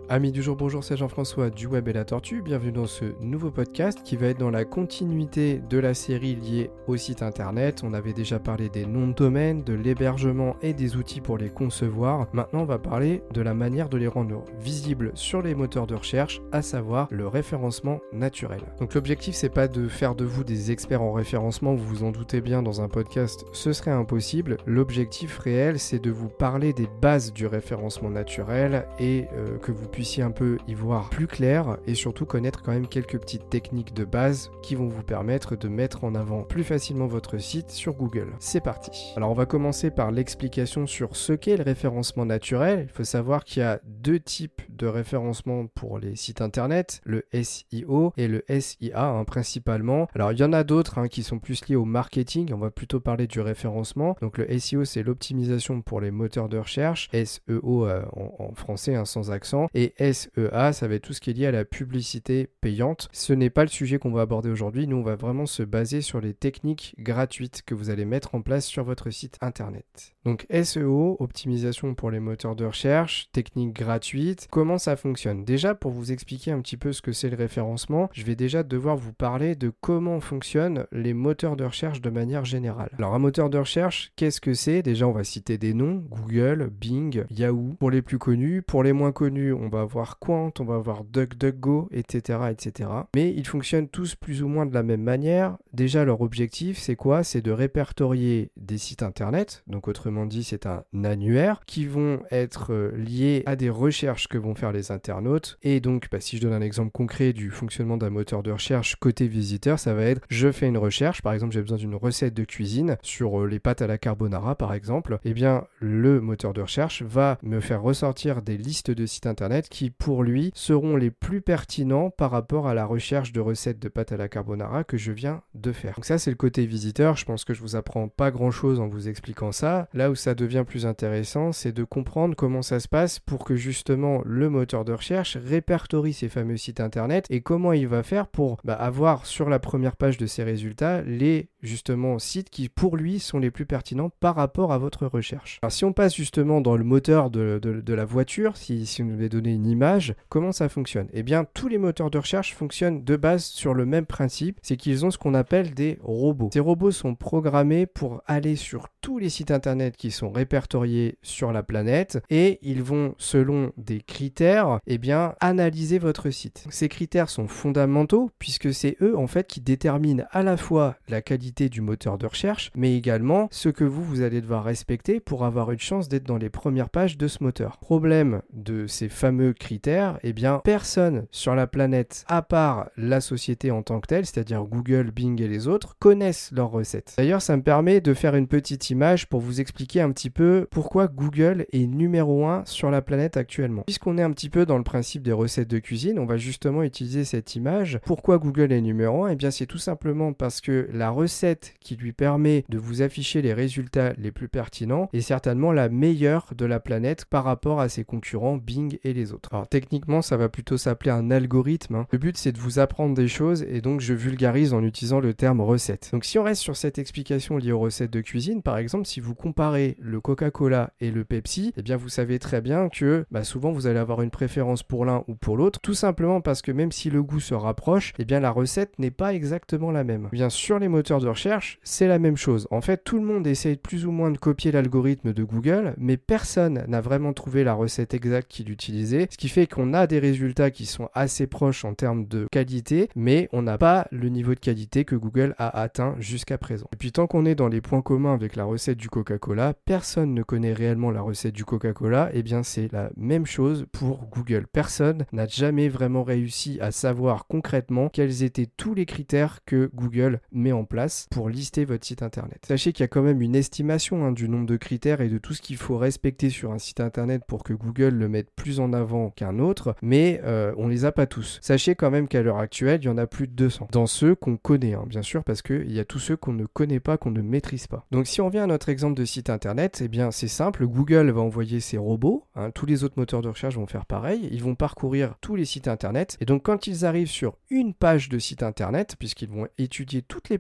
Amis du jour, bonjour, c'est Jean-François du Web et la Tortue. Bienvenue dans ce nouveau podcast qui va être dans la continuité de la série liée au site internet. On avait déjà parlé des noms de domaine, de l'hébergement et des outils pour les concevoir. Maintenant, on va parler de la manière de les rendre visibles sur les moteurs de recherche, à savoir le référencement naturel. Donc l'objectif, c'est pas de faire de vous des experts en référencement, vous vous en doutez bien, dans un podcast, ce serait impossible. L'objectif réel, c'est de vous parler des bases du référencement naturel et que vous puissiez un peu y voir plus clair et surtout connaître quand même quelques petites techniques de base qui vont vous permettre de mettre en avant plus facilement votre site sur Google. C'est parti. Alors on va commencer par l'explication sur ce qu'est le référencement naturel. Il faut savoir qu'il y a deux types de référencement pour les sites internet, le SEO et le SIA principalement. Alors il y en a d'autres qui sont plus liés au marketing, on va plutôt parler du référencement. Donc le SEO, c'est l'optimisation pour les moteurs de recherche, SEO en français sans accent, et SEA, ça va être tout ce qui est lié à la publicité payante. Ce n'est pas le sujet qu'on va aborder aujourd'hui, nous on va vraiment se baser sur les techniques gratuites que vous allez mettre en place sur votre site internet. Donc SEO, optimisation pour les moteurs de recherche, technique gratuite. Comment ça fonctionne? Déjà, pour vous expliquer un petit peu ce que c'est le référencement, je vais déjà devoir vous parler de comment fonctionnent les moteurs de recherche de manière générale. Alors un moteur de recherche, qu'est-ce que c'est? Déjà, on va citer des noms, Google, Bing, Yahoo, pour les plus connus. Pour les moins connus, on va avoir Quant, on va avoir DuckDuckGo, etc., etc. Mais ils fonctionnent tous plus ou moins de la même manière. Déjà, leur objectif, c'est quoi? C'est de répertorier des sites internet, donc autrement dit, c'est un annuaire, qui vont être liés à des recherches que vont faire les internautes. Et donc, si je donne un exemple concret du fonctionnement d'un moteur de recherche côté visiteur, ça va être, je fais une recherche, par exemple, j'ai besoin d'une recette de cuisine sur les pâtes à la carbonara, par exemple. Eh bien, le moteur de recherche va me faire ressortir des listes de sites internet qui, pour lui, seront les plus pertinents par rapport à la recherche de recettes de pâtes à la carbonara que je viens de faire. Donc ça, c'est le côté visiteur. Je pense que je vous apprends pas grand-chose en vous expliquant ça. Là où ça devient plus intéressant, c'est de comprendre comment ça se passe pour que justement le moteur de recherche répertorie ces fameux sites internet et comment il va faire pour avoir sur la première page de ses résultats les justement sites qui pour lui sont les plus pertinents par rapport à votre recherche. Alors si on passe justement dans le moteur de la voiture, si on devait donner une image, comment ça fonctionne? Eh bien tous les moteurs de recherche fonctionnent de base sur le même principe, c'est qu'ils ont ce qu'on appelle des robots. Ces robots sont programmés pour aller sur tous les sites internet qui sont répertoriés sur la planète et ils vont selon des critères analyser votre site. Ces critères sont fondamentaux puisque c'est eux en fait qui déterminent à la fois la qualité du moteur de recherche mais également ce que vous allez devoir respecter pour avoir une chance d'être dans les premières pages de ce moteur. Problème de ces fameux critères, personne sur la planète à part la société en tant que telle, c'est-à-dire Google, Bing et les autres, connaissent leurs recettes. D'ailleurs, ça me permet de faire une petite image pour vous expliquer un petit peu pourquoi Google est numéro 1 sur la planète actuellement. Puisqu'on est un petit peu dans le principe des recettes de cuisine, on va justement utiliser cette image. Pourquoi Google est numéro 1? C'est tout simplement parce que la recette qui lui permet de vous afficher les résultats les plus pertinents est certainement la meilleure de la planète par rapport à ses concurrents Bing et les autres. Alors techniquement, ça va plutôt s'appeler un algorithme. Le but, c'est de vous apprendre des choses et donc je vulgarise en utilisant le terme recette. Donc si on reste sur cette explication liée aux recettes de cuisine, par exemple, si vous comparez le Coca-Cola et le Pepsi, vous savez très bien que souvent vous allez avoir une préférence pour l'un ou pour l'autre, tout simplement parce que même si le goût se rapproche, la recette n'est pas exactement la même. Bien sur les moteurs de recherche, c'est la même chose. En fait, tout le monde essaye plus ou moins de copier l'algorithme de Google, mais personne n'a vraiment trouvé la recette exacte qu'il utilisait, ce qui fait qu'on a des résultats qui sont assez proches en termes de qualité, mais on n'a pas le niveau de qualité que Google a atteint jusqu'à présent. Et puis tant qu'on est dans les points communs avec la recette du Coca-Cola, personne ne connaît réellement la recette du Coca-Cola, c'est la même chose pour Google. Personne n'a jamais vraiment réussi à savoir concrètement quels étaient tous les critères que Google met en place pour lister votre site internet. Sachez qu'il y a quand même une estimation du nombre de critères et de tout ce qu'il faut respecter sur un site internet pour que Google le mette plus en avant qu'un autre, mais on les a pas tous. Sachez quand même qu'à l'heure actuelle, il y en a plus de 200. Dans ceux qu'on connaît, bien sûr, parce qu'il y a tous ceux qu'on ne connaît pas, qu'on ne maîtrise pas. Donc si on revient à notre exemple de site internet, c'est simple, Google va envoyer ses robots, tous les autres moteurs de recherche vont faire pareil, ils vont parcourir tous les sites internet, et donc quand ils arrivent sur une page de site internet, puisqu'ils vont étudier toutes les pages de votre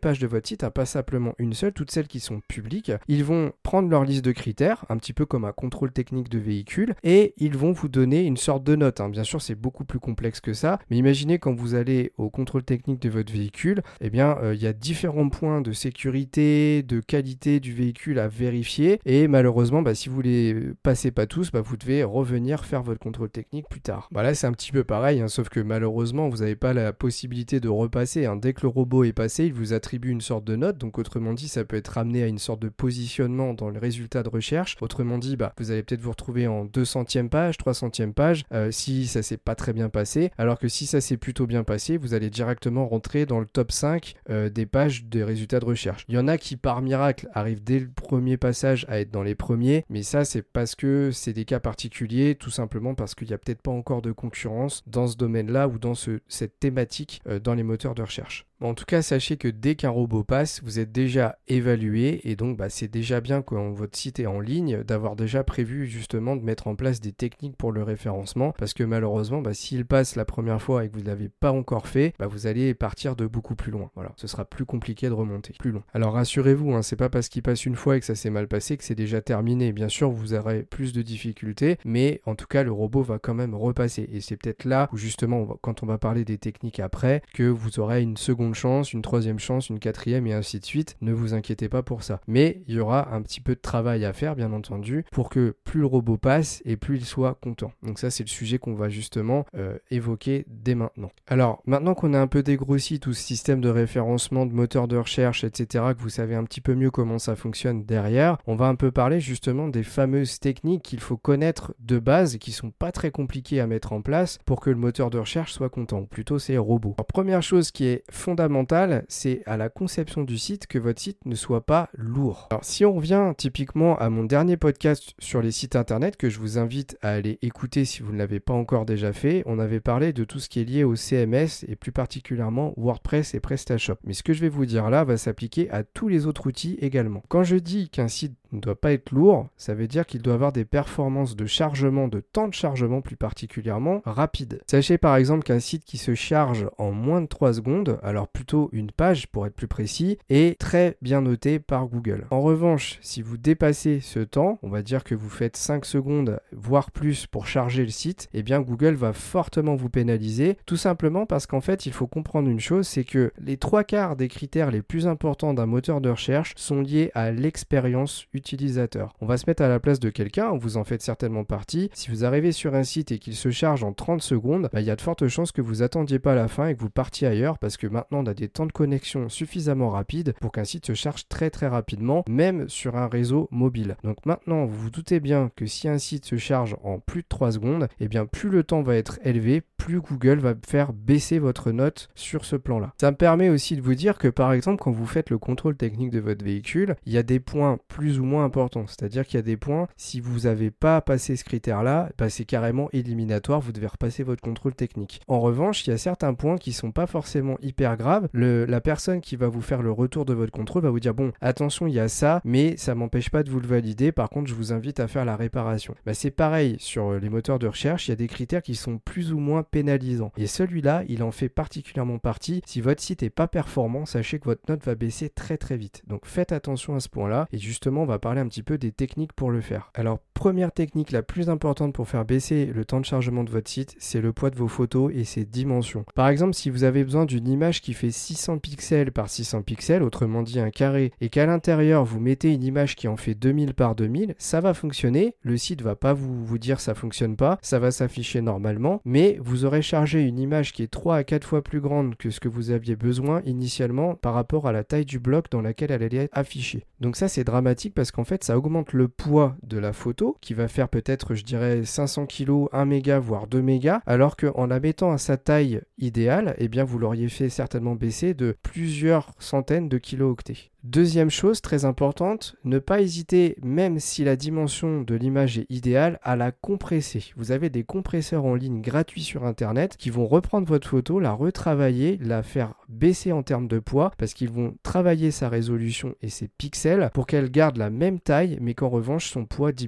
votre site, pas simplement une seule, toutes celles qui sont publiques, ils vont prendre leur liste de critères, un petit peu comme un contrôle technique de véhicule, et ils vont vous donner une sorte de note. Bien sûr, c'est beaucoup plus complexe que ça, mais imaginez quand vous allez au contrôle technique de votre véhicule, il y a différents points de sécurité, de qualité du véhicule à vérifier, et malheureusement, si vous les passez pas tous, vous devez revenir faire votre contrôle technique plus tard. Là, c'est un petit peu pareil, sauf que malheureusement, vous n'avez pas la possibilité de repasser. Dès que le robot est passé, il vous attribue une sorte de note, donc autrement dit, ça peut être ramené à une sorte de positionnement dans le résultat de recherche. Autrement dit, vous allez peut-être vous retrouver en 200e page, 300e page, si ça s'est pas très bien passé, alors que si ça s'est plutôt bien passé, vous allez directement rentrer dans le top 5 des pages des résultats de recherche. Il y en a qui, par miracle, arrivent dès le premier passage à être dans les premiers, mais ça, c'est parce que c'est des cas particuliers, tout simplement parce qu'il n'y a peut-être pas encore de concurrence dans ce domaine-là ou dans cette thématique dans les moteurs de recherche. En tout cas, sachez que dès qu'un robot passe, vous êtes déjà évalué et donc c'est déjà bien quand votre site est en ligne d'avoir déjà prévu justement de mettre en place des techniques pour le référencement parce que malheureusement, s'il passe la première fois et que vous ne l'avez pas encore fait, vous allez partir de beaucoup plus loin. Voilà, ce sera plus compliqué de remonter, plus long. Alors rassurez-vous, c'est pas parce qu'il passe une fois et que ça s'est mal passé que c'est déjà terminé. Bien sûr, vous aurez plus de difficultés, mais en tout cas, le robot va quand même repasser et c'est peut-être là où justement, quand on va parler des techniques après, que vous aurez une seconde chance, une troisième chance, une quatrième et ainsi de suite. Ne vous inquiétez pas pour ça. Mais il y aura un petit peu de travail à faire, bien entendu, pour que plus le robot passe et plus il soit content. Donc ça, c'est le sujet qu'on va justement évoquer dès maintenant. Alors, maintenant qu'on a un peu dégrossi tout ce système de référencement, de moteur de recherche, etc., que vous savez un petit peu mieux comment ça fonctionne derrière, on va un peu parler justement des fameuses techniques qu'il faut connaître de base et qui sont pas très compliquées à mettre en place pour que le moteur de recherche soit content. Ou plutôt, c'est robot. Alors, première chose qui est fondamentale, c'est à la conception du site que votre site ne soit pas lourd. Alors, si on revient typiquement à mon dernier podcast sur les sites internet que je vous invite à aller écouter si vous ne l'avez pas encore déjà fait, on avait parlé de tout ce qui est lié au CMS et plus particulièrement WordPress et PrestaShop. Mais ce que je vais vous dire là va s'appliquer à tous les autres outils également. Quand je dis qu'un site ne doit pas être lourd, ça veut dire qu'il doit avoir des performances de chargement, de temps de chargement plus particulièrement rapides. Sachez par exemple qu'un site qui se charge en moins de 3 secondes, alors plutôt une page pour être plus précis, est très bien noté par Google. En revanche, si vous dépassez ce temps, on va dire que vous faites 5 secondes voire plus pour charger le site, eh bien Google va fortement vous pénaliser, tout simplement parce qu'en fait il faut comprendre une chose, c'est que les 3/4 des critères les plus importants d'un moteur de recherche sont liés à l'expérience utilisateur. On va se mettre à la place de quelqu'un, vous en faites certainement partie. Si vous arrivez sur un site et qu'il se charge en 30 secondes, il y a de fortes chances que vous attendiez pas la fin et que vous partiez ailleurs parce que maintenant on a des temps de connexion suffisamment rapides pour qu'un site se charge très très rapidement, même sur un réseau mobile. Donc maintenant, vous vous doutez bien que si un site se charge en plus de 3 secondes, eh bien plus le temps va être élevé, plus Google va faire baisser votre note sur ce plan-là. Ça me permet aussi de vous dire que par exemple, quand vous faites le contrôle technique de votre véhicule, il y a des points plus ou moins importants. C'est-à-dire qu'il y a des points, si vous n'avez pas passé ce critère-là, c'est carrément éliminatoire, vous devez repasser votre contrôle technique. En revanche, il y a certains points qui sont pas forcément hyper graves. La personne qui va vous faire le retour de votre contrôle va vous dire bon, attention, il y a ça, mais ça m'empêche pas de vous le valider. Par contre, je vous invite à faire la réparation. C'est pareil sur les moteurs de recherche, il y a des critères qui sont plus ou moins pénalisants. Et celui-là, il en fait particulièrement partie. Si votre site est pas performant, sachez que votre note va baisser très très vite. Donc faites attention à ce point-là. Et justement, on va parler un petit peu des techniques pour le faire. Alors, première technique la plus importante pour faire baisser le temps de chargement de votre site, c'est le poids de vos photos et ses dimensions. Par exemple, si vous avez besoin d'une image qui fait 600 pixels par 600 pixels, autrement dit un carré, et qu'à l'intérieur vous mettez une image qui en fait 2000 par 2000, ça va fonctionner. Le site va pas vous dire ça fonctionne pas, ça va s'afficher normalement, mais vous aurez chargé une image qui est 3 à 4 fois plus grande que ce que vous aviez besoin initialement par rapport à la taille du bloc dans laquelle elle allait être affichée. Donc ça, c'est dramatique parce qu'en fait, ça augmente le poids de la photo qui va faire peut-être, je dirais, 500 kg, 1 méga, voire 2 mégas, alors qu'en la mettant à sa taille idéale, eh bien, vous l'auriez fait certainement baisser de plusieurs centaines de kilo-octets. Deuxième chose très importante, ne pas hésiter, même si la dimension de l'image est idéale, à la compresser. Vous avez des compresseurs en ligne gratuits sur internet qui vont reprendre votre photo, la retravailler, la faire baisser en termes de poids parce qu'ils vont travailler sa résolution et ses pixels pour qu'elle garde la même taille mais qu'en revanche son poids diminue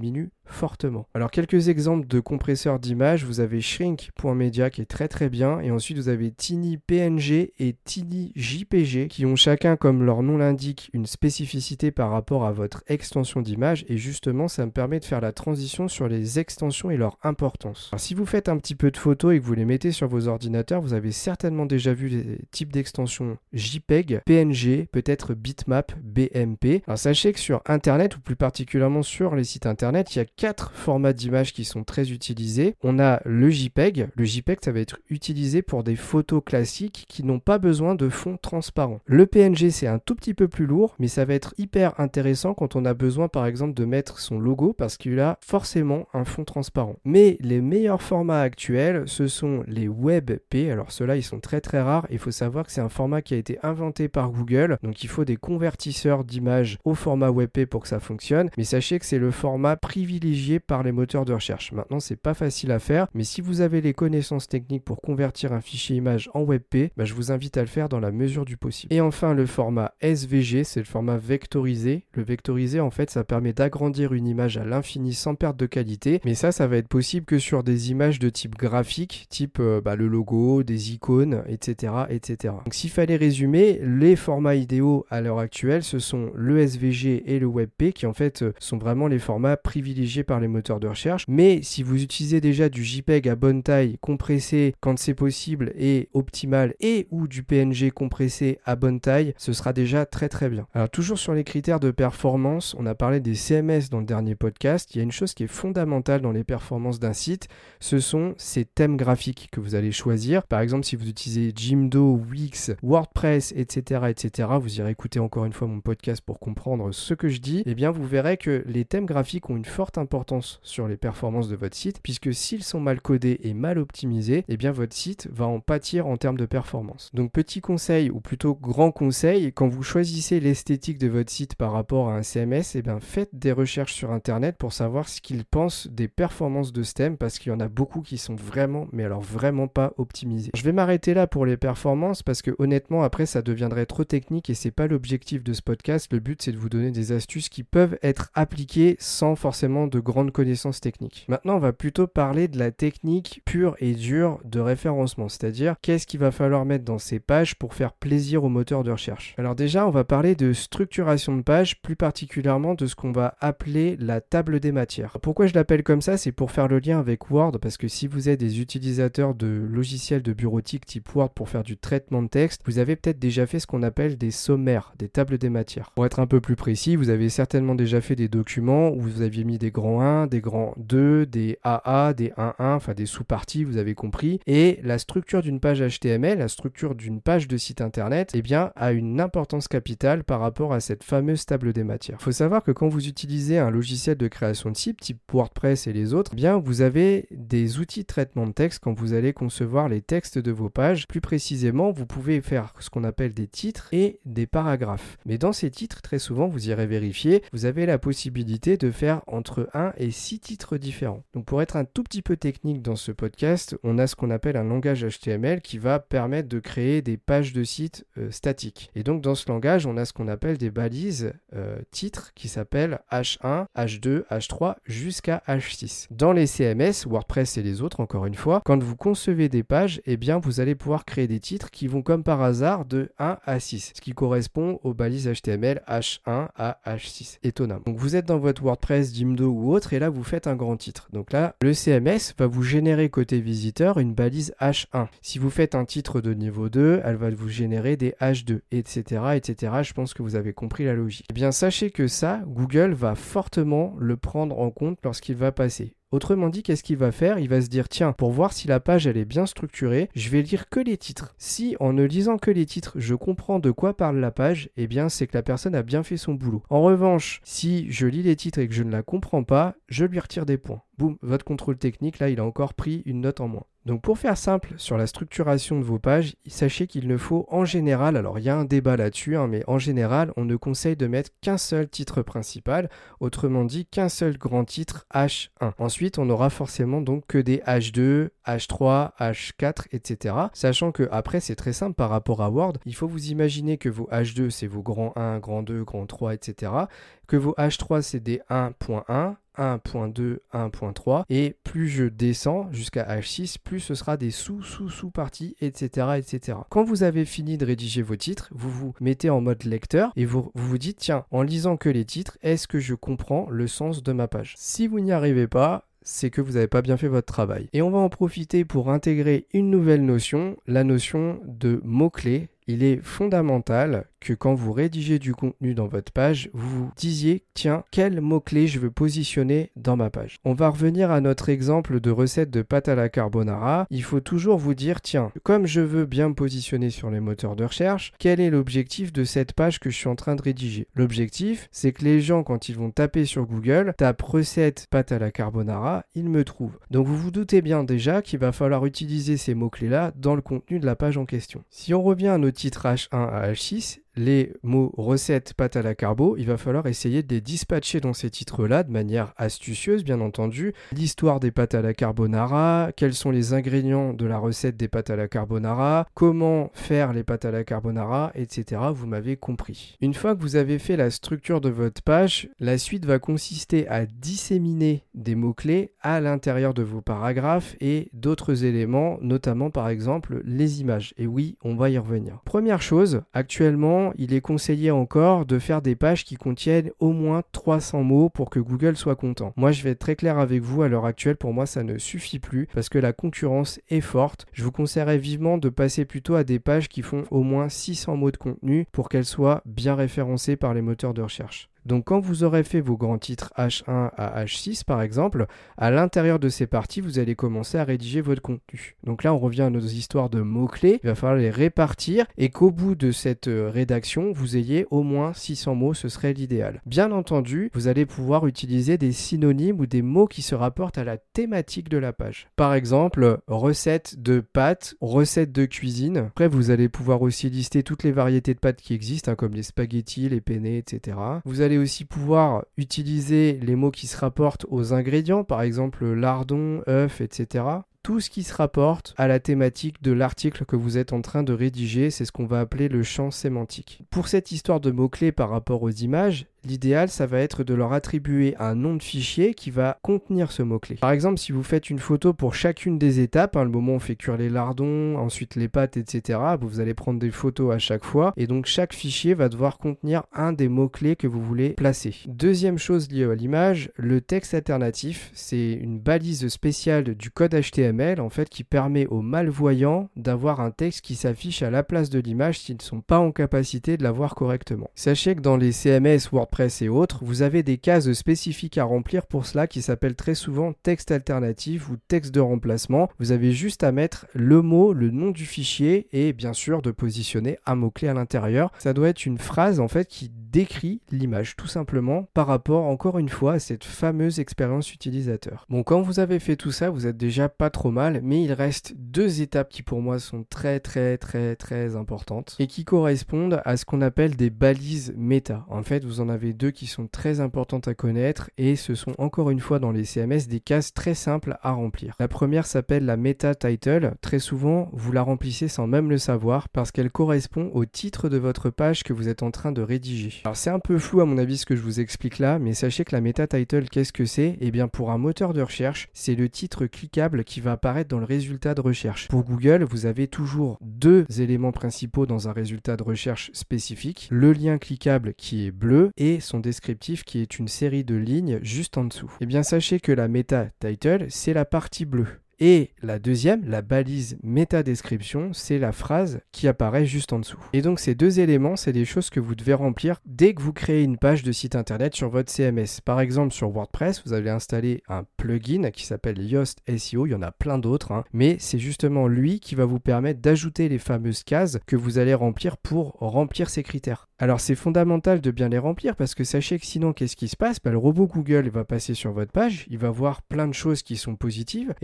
fortement. Alors quelques exemples de compresseurs d'images, vous avez Shrink.media qui est très très bien, et ensuite vous avez TinyPNG et TinyJPG qui ont chacun, comme leur nom l'indique, une spécificité par rapport à votre extension d'image, et justement ça me permet de faire la transition sur les extensions et leur importance. Alors, si vous faites un petit peu de photos et que vous les mettez sur vos ordinateurs, vous avez certainement déjà vu les types d'extensions JPEG, PNG, peut-être bitmap, BMP. Alors sachez que sur internet, ou plus particulièrement sur les sites internet, il y a 4 formats d'images qui sont très utilisés. On a le JPEG. Le JPEG, ça va être utilisé pour des photos classiques qui n'ont pas besoin de fond transparent. Le PNG, c'est un tout petit peu plus lourd, mais ça va être hyper intéressant quand on a besoin par exemple de mettre son logo parce qu'il a forcément un fond transparent. Mais les meilleurs formats actuels, ce sont les WebP. Alors ceux-là, ils sont très très rares. Il faut savoir que c'est un format qui a été inventé par Google, donc il faut des convertisseurs d'images au format WebP pour que ça fonctionne. Mais sachez que c'est le format privilégié par les moteurs de recherche. Maintenant, c'est pas facile à faire, mais si vous avez les connaissances techniques pour convertir un fichier image en WebP, je vous invite à le faire dans la mesure du possible. Et enfin, le format SVG, c'est le format vectorisé. Le vectorisé, en fait, ça permet d'agrandir une image à l'infini sans perte de qualité, mais ça va être possible que sur des images de type graphique, type le logo, des icônes, etc., etc. Donc s'il fallait résumer, les formats idéaux à l'heure actuelle, ce sont le SVG et le WebP qui en fait sont vraiment les formats privilégiés par les moteurs de recherche. Mais si vous utilisez déjà du JPEG à bonne taille, compressé quand c'est possible et optimal, et ou du PNG compressé à bonne taille, ce sera déjà très très bien. Alors toujours sur les critères de performance, on a parlé des CMS dans le dernier podcast. Il y a une chose qui est fondamentale dans les performances d'un site, ce sont ces thèmes graphiques que vous allez choisir. Par exemple, si vous utilisez Jimdo, Wix, WordPress, etc., vous irez écouter encore une fois mon podcast pour comprendre ce que je dis, eh bien vous verrez que les thèmes graphiques ont une forte importance sur les performances de votre site, puisque s'ils sont mal codés et mal optimisés, eh bien votre site va en pâtir en termes de performance. Donc petit conseil, ou plutôt grand conseil, quand vous choisissez l'esthétique de votre site par rapport à un CMS, eh bien faites des recherches sur internet pour savoir ce qu'ils pensent des performances de ce thème, parce qu'il y en a beaucoup qui sont vraiment, mais alors vraiment pas optimisés. Je vais m'arrêter là pour les performances parce que honnêtement après ça deviendrait trop technique et c'est pas l'objectif de ce podcast. Le but c'est de vous donner des astuces qui peuvent être appliquées sans forcément de grandes connaissances techniques. Maintenant on va plutôt parler de la technique pure et dure de référencement, c'est-à-dire qu'est-ce qu'il va falloir mettre dans ces pages pour faire plaisir aux moteurs de recherche. Alors déjà on va parler de structuration de page, plus particulièrement de ce qu'on va appeler la table des matières. Pourquoi je l'appelle comme ça? C'est pour faire le lien avec Word, parce que si vous êtes des utilisateurs de logiciels de bureautique type Word pour faire du traitement de texte, vous avez peut-être déjà fait ce qu'on appelle des sommaires, des tables des matières. Pour être un peu plus précis, vous avez certainement déjà fait des documents où vous aviez mis des grands 1, des grands 2, des AA, des 1.1, enfin des sous-parties, vous avez compris. Et la structure d'une page HTML, la structure d'une page de site internet, eh bien, a une importance capitale par rapport à cette fameuse table des matières. Il faut savoir que quand vous utilisez un logiciel de création de site, type WordPress et les autres, eh bien, vous avez des outils de traitement de texte quand vous allez concevoir les textes de vos pages. Plus précisément, vous pouvez faire ce qu'on appelle des titres et des paragraphes. Mais dans ces titres, très souvent, vous irez vérifier, vous avez la possibilité de faire entre 1 et 6 titres différents. Donc pour être un tout petit peu technique dans ce podcast, on a ce qu'on appelle un langage HTML qui va permettre de créer des pages de site statiques. Et donc dans ce langage, on a ce qu'on appelle des balises titres qui s'appellent H1, H2, H3 jusqu'à H6. Dans les CMS, WordPress et les autres, encore une fois, quand vous concevez des pages, eh bien vous allez pouvoir créer des titres qui vont comme par hasard de 1 à 6, ce qui correspond aux balises HTML H1 à H6. Étonnant. Donc vous êtes dans votre WordPress, Jimdo ou autre, et là vous faites un grand titre. Donc là, le CMS va vous générer côté visiteur une balise H1. Si vous faites un titre de niveau 2, elle va vous générer des H2, etc., etc. Je pense que vous avez compris la logique. Eh bien sachez que ça, Google va fortement le prendre en compte lorsqu'il va passer. Autrement dit, qu'est-ce qu'il va faire? Il va se dire, tiens, pour voir si la page elle est bien structurée, je vais lire que les titres. Si en ne lisant que les titres, je comprends de quoi parle la page, eh bien c'est que la personne a bien fait son boulot. En revanche, si je lis les titres et que je ne la comprends pas, je lui retire des points. Boum, votre contrôle technique, là, il a encore pris une note en moins. Donc pour faire simple sur la structuration de vos pages, sachez qu'il ne faut en général, alors il y a un débat là-dessus, mais en général, on ne conseille de mettre qu'un seul titre principal, autrement dit qu'un seul grand titre H1. Ensuite, on aura forcément donc que des H2, H3, H4, etc. Sachant que après, c'est très simple par rapport à Word, il faut vous imaginer que vos H2, c'est vos grands 1, grand 2, grand 3, etc. que vos H3 c'est des 1.1, 1.2, 1.3 et plus je descends jusqu'à H6, plus ce sera des sous-parties, etc., etc. Quand vous avez fini de rédiger vos titres, vous vous mettez en mode lecteur et vous vous dites, tiens, en lisant que les titres, est-ce que je comprends le sens de ma page? Si vous n'y arrivez pas, c'est que vous n'avez pas bien fait votre travail. Et on va en profiter pour intégrer une nouvelle notion, la notion de mots-clés. Il est fondamental que quand vous rédigez du contenu dans votre page, vous vous disiez, tiens, quel mot-clé je veux positionner dans ma page. On va revenir à notre exemple de recette de pâte à la carbonara. Il faut toujours vous dire, tiens, comme je veux bien me positionner sur les moteurs de recherche, quel est l'objectif de cette page que je suis en train de rédiger? L'objectif, c'est que les gens, quand ils vont taper sur Google, tapent recette pâte à la carbonara, ils me trouvent. Donc vous vous doutez bien déjà qu'il va falloir utiliser ces mots-clés-là dans le contenu de la page en question. Si on revient à nos titres H1 à H6, les mots recettes pâte à la carbo, il va falloir essayer de les dispatcher dans ces titres-là de manière astucieuse, bien entendu. L'histoire des pâtes à la carbonara, quels sont les ingrédients de la recette des pâtes à la carbonara, comment faire les pâtes à la carbonara, etc. Vous m'avez compris. Une fois que vous avez fait la structure de votre page, la suite va consister à disséminer des mots-clés à l'intérieur de vos paragraphes et d'autres éléments, notamment par exemple les images. Et oui, on va y revenir. Première chose, actuellement, il est conseillé encore de faire des pages qui contiennent au moins 300 mots pour que Google soit content. Moi, je vais être très clair avec vous, à l'heure actuelle, pour moi, ça ne suffit plus parce que la concurrence est forte. Je vous conseillerais vivement de passer plutôt à des pages qui font au moins 600 mots de contenu pour qu'elles soient bien référencées par les moteurs de recherche. Donc quand vous aurez fait vos grands titres H1 à H6 par exemple, à l'intérieur de ces parties, vous allez commencer à rédiger votre contenu. Donc là, on revient à nos histoires de mots-clés. Il va falloir les répartir et qu'au bout de cette rédaction, vous ayez au moins 600 mots, ce serait l'idéal. Bien entendu, vous allez pouvoir utiliser des synonymes ou des mots qui se rapportent à la thématique de la page. Par exemple, recette de pâtes, recette de cuisine. Après, vous allez pouvoir aussi lister toutes les variétés de pâtes qui existent, comme les spaghettis, les penne, etc. Vous allez aussi pouvoir utiliser les mots qui se rapportent aux ingrédients, par exemple lardon, œuf, etc. Tout ce qui se rapporte à la thématique de l'article que vous êtes en train de rédiger, c'est ce qu'on va appeler le champ sémantique. Pour cette histoire de mots-clés par rapport aux images, l'idéal, ça va être de leur attribuer un nom de fichier qui va contenir ce mot-clé. Par exemple, si vous faites une photo pour chacune des étapes, le moment où on fait cuire les lardons, ensuite les pâtes, etc., vous allez prendre des photos à chaque fois, et donc chaque fichier va devoir contenir un des mots-clés que vous voulez placer. Deuxième chose liée à l'image, le texte alternatif, c'est une balise spéciale du code HTML, en fait, qui permet aux malvoyants d'avoir un texte qui s'affiche à la place de l'image s'ils ne sont pas en capacité de la voir correctement. Sachez que dans les CMS, WordPress et autres, vous avez des cases spécifiques à remplir pour cela qui s'appellent très souvent texte alternatif ou texte de remplacement. Vous avez juste à mettre le mot, le nom du fichier et bien sûr de positionner un mot-clé à l'intérieur. Ça doit être une phrase en fait qui décrit l'image tout simplement par rapport encore une fois à cette fameuse expérience utilisateur. Bon, quand vous avez fait tout ça, vous êtes déjà pas trop mal, mais il reste deux étapes qui pour moi sont très importantes et qui correspondent à ce qu'on appelle des balises méta. En fait, vous en avez deux qui sont très importantes à connaître et ce sont encore une fois dans les CMS des cases très simples à remplir. La première s'appelle la meta title. Très souvent, vous la remplissez sans même le savoir parce qu'elle correspond au titre de votre page que vous êtes en train de rédiger. Alors c'est un peu flou à mon avis ce que je vous explique là, mais sachez que la meta title, qu'est-ce que c'est? Eh bien pour un moteur de recherche, c'est le titre cliquable qui va apparaître dans le résultat de recherche. Pour Google, vous avez toujours deux éléments principaux dans un résultat de recherche spécifique, le lien cliquable qui est bleu et son descriptif qui est une série de lignes juste en dessous. Eh bien sachez que la meta title, c'est la partie bleue. Et la deuxième, la balise métadescription, c'est la phrase qui apparaît juste en dessous. Et donc ces deux éléments, c'est des choses que vous devez remplir dès que vous créez une page de site internet sur votre CMS. Par exemple, sur WordPress, vous allez installer un plugin qui s'appelle Yoast SEO. Il y en a plein d'autres, mais c'est justement lui qui va vous permettre d'ajouter les fameuses cases que vous allez remplir pour remplir ces critères. Alors c'est fondamental de bien les remplir parce que sachez que sinon, qu'est-ce qui se passe? Le robot Google va passer sur votre page, il va voir plein de choses qui sont positives et là, il va se dire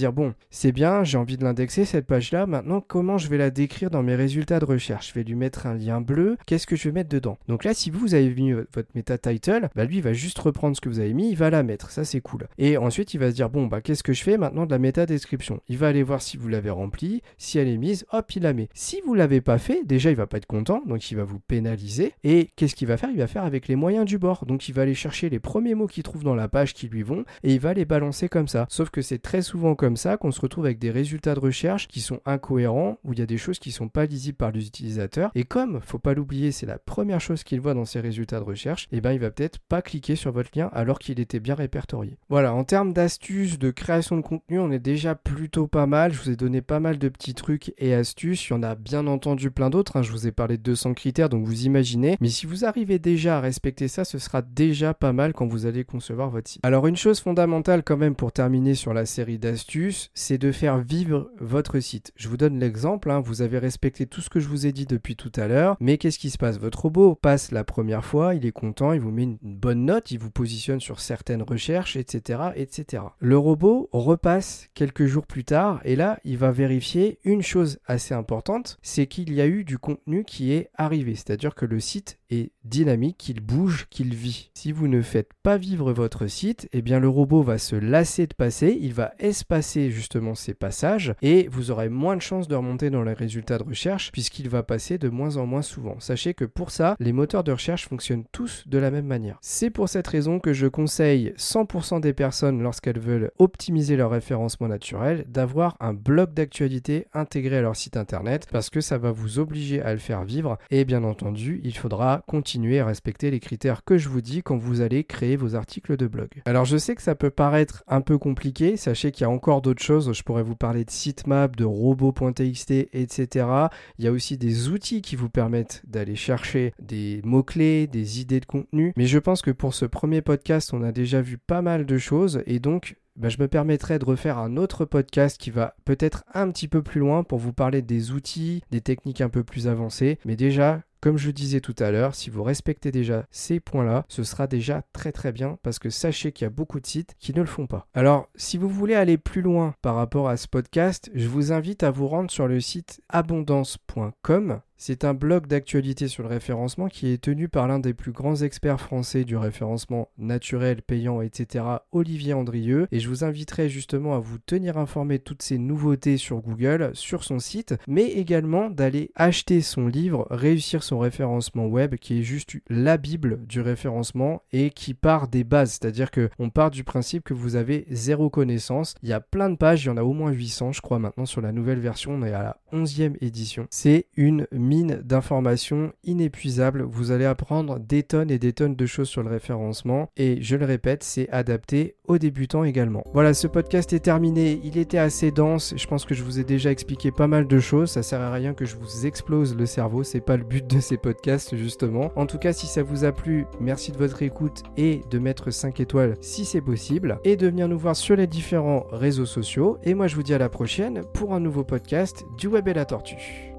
dire bon, c'est bien, j'ai envie de l'indexer cette page-là, maintenant comment je vais la décrire dans mes résultats de recherche? Je vais lui mettre un lien bleu, qu'est-ce que je vais mettre dedans? Donc là, si vous avez mis votre meta title, lui il va juste reprendre ce que vous avez mis, il va la mettre, ça c'est cool. Et ensuite il va se dire bon qu'est-ce que je fais maintenant de la méta description? Il va aller voir si vous l'avez remplie, si elle est mise, hop il la met. Si vous l'avez pas fait, déjà il va pas être content, donc il va vous pénaliser. Et qu'est-ce qu'il va faire? Il va faire avec les moyens du bord. Donc il va aller chercher les premiers mots qu'il trouve dans la page qui lui vont et il va les balancer comme ça. Sauf que c'est très souvent comme ça qu'on se retrouve avec des résultats de recherche qui sont incohérents, où il y a des choses qui sont pas lisibles par les utilisateurs. Et comme, faut pas l'oublier, c'est la première chose qu'il voit dans ses résultats de recherche, il va peut-être pas cliquer sur votre lien alors qu'il était bien répertorié. Voilà, en termes d'astuces de création de contenu, on est déjà plutôt pas mal. Je vous ai donné pas mal de petits trucs et astuces. Il y en a bien entendu plein d'autres. Je vous ai parlé de 200 critères, donc vous imaginez. Mais si vous arrivez déjà à respecter ça, ce sera déjà pas mal quand vous allez concevoir votre site. Alors une chose fondamentale quand même pour terminer sur la série d'astuces, c'est de faire vivre votre site. Je vous donne l'exemple, vous avez respecté tout ce que je vous ai dit depuis tout à l'heure, mais qu'est-ce qui se passe? Votre robot passe la première fois, il est content, il vous met une bonne note, il vous positionne sur certaines recherches, etc., etc. Le robot repasse quelques jours plus tard et là, il va vérifier une chose assez importante, c'est qu'il y a eu du contenu qui est arrivé, c'est-à-dire que le site est dynamique, qu'il bouge, qu'il vit. Si vous ne faites pas vivre votre site, le robot va se lasser de passer, il va espacer justement ces passages et vous aurez moins de chances de remonter dans les résultats de recherche puisqu'il va passer de moins en moins souvent. Sachez que pour ça, les moteurs de recherche fonctionnent tous de la même manière. C'est pour cette raison que je conseille 100% des personnes lorsqu'elles veulent optimiser leur référencement naturel d'avoir un bloc d'actualité intégré à leur site internet parce que ça va vous obliger à le faire vivre et bien entendu, il faudra continuer à respecter les critères que je vous dis quand vous allez créer vos articles de blog. Alors je sais que ça peut paraître un peu compliqué, sachez qu'il y a encore d'autres choses, je pourrais vous parler de sitemap, de robot.txt, etc. Il y a aussi des outils qui vous permettent d'aller chercher des mots-clés, des idées de contenu, mais je pense que pour ce premier podcast, on a déjà vu pas mal de choses et donc je me permettrai de refaire un autre podcast qui va peut-être un petit peu plus loin pour vous parler des outils, des techniques un peu plus avancées. Mais déjà, comme je disais tout à l'heure, si vous respectez déjà ces points-là, ce sera déjà très très bien parce que sachez qu'il y a beaucoup de sites qui ne le font pas. Alors, si vous voulez aller plus loin par rapport à ce podcast, je vous invite à vous rendre sur le site abondance.com. C'est un blog d'actualité sur le référencement qui est tenu par l'un des plus grands experts français du référencement naturel, payant, etc., Olivier Andrieux. Et je vous inviterai justement à vous tenir informé de toutes ces nouveautés sur Google, sur son site, mais également d'aller acheter son livre « Réussir son référencement web » qui est juste la bible du référencement et qui part des bases. C'est-à-dire qu'on part du principe que vous avez zéro connaissance. Il y a plein de pages, il y en a au moins 800 je crois maintenant sur la nouvelle version, on est à la 11e édition. C'est une mine d'informations inépuisable. Vous allez apprendre des tonnes et des tonnes de choses sur le référencement et je le répète, c'est adapté aux débutants également. Voilà, ce podcast est terminé. Il était assez dense. Je pense que je vous ai déjà expliqué pas mal de choses. Ça sert à rien que je vous explose le cerveau. C'est pas le but de ces podcasts justement. En tout cas, si ça vous a plu, merci de votre écoute et de mettre 5 étoiles si c'est possible et de venir nous voir sur les différents réseaux sociaux. Et moi, je vous dis à la prochaine pour un nouveau podcast du Web et la Tortue.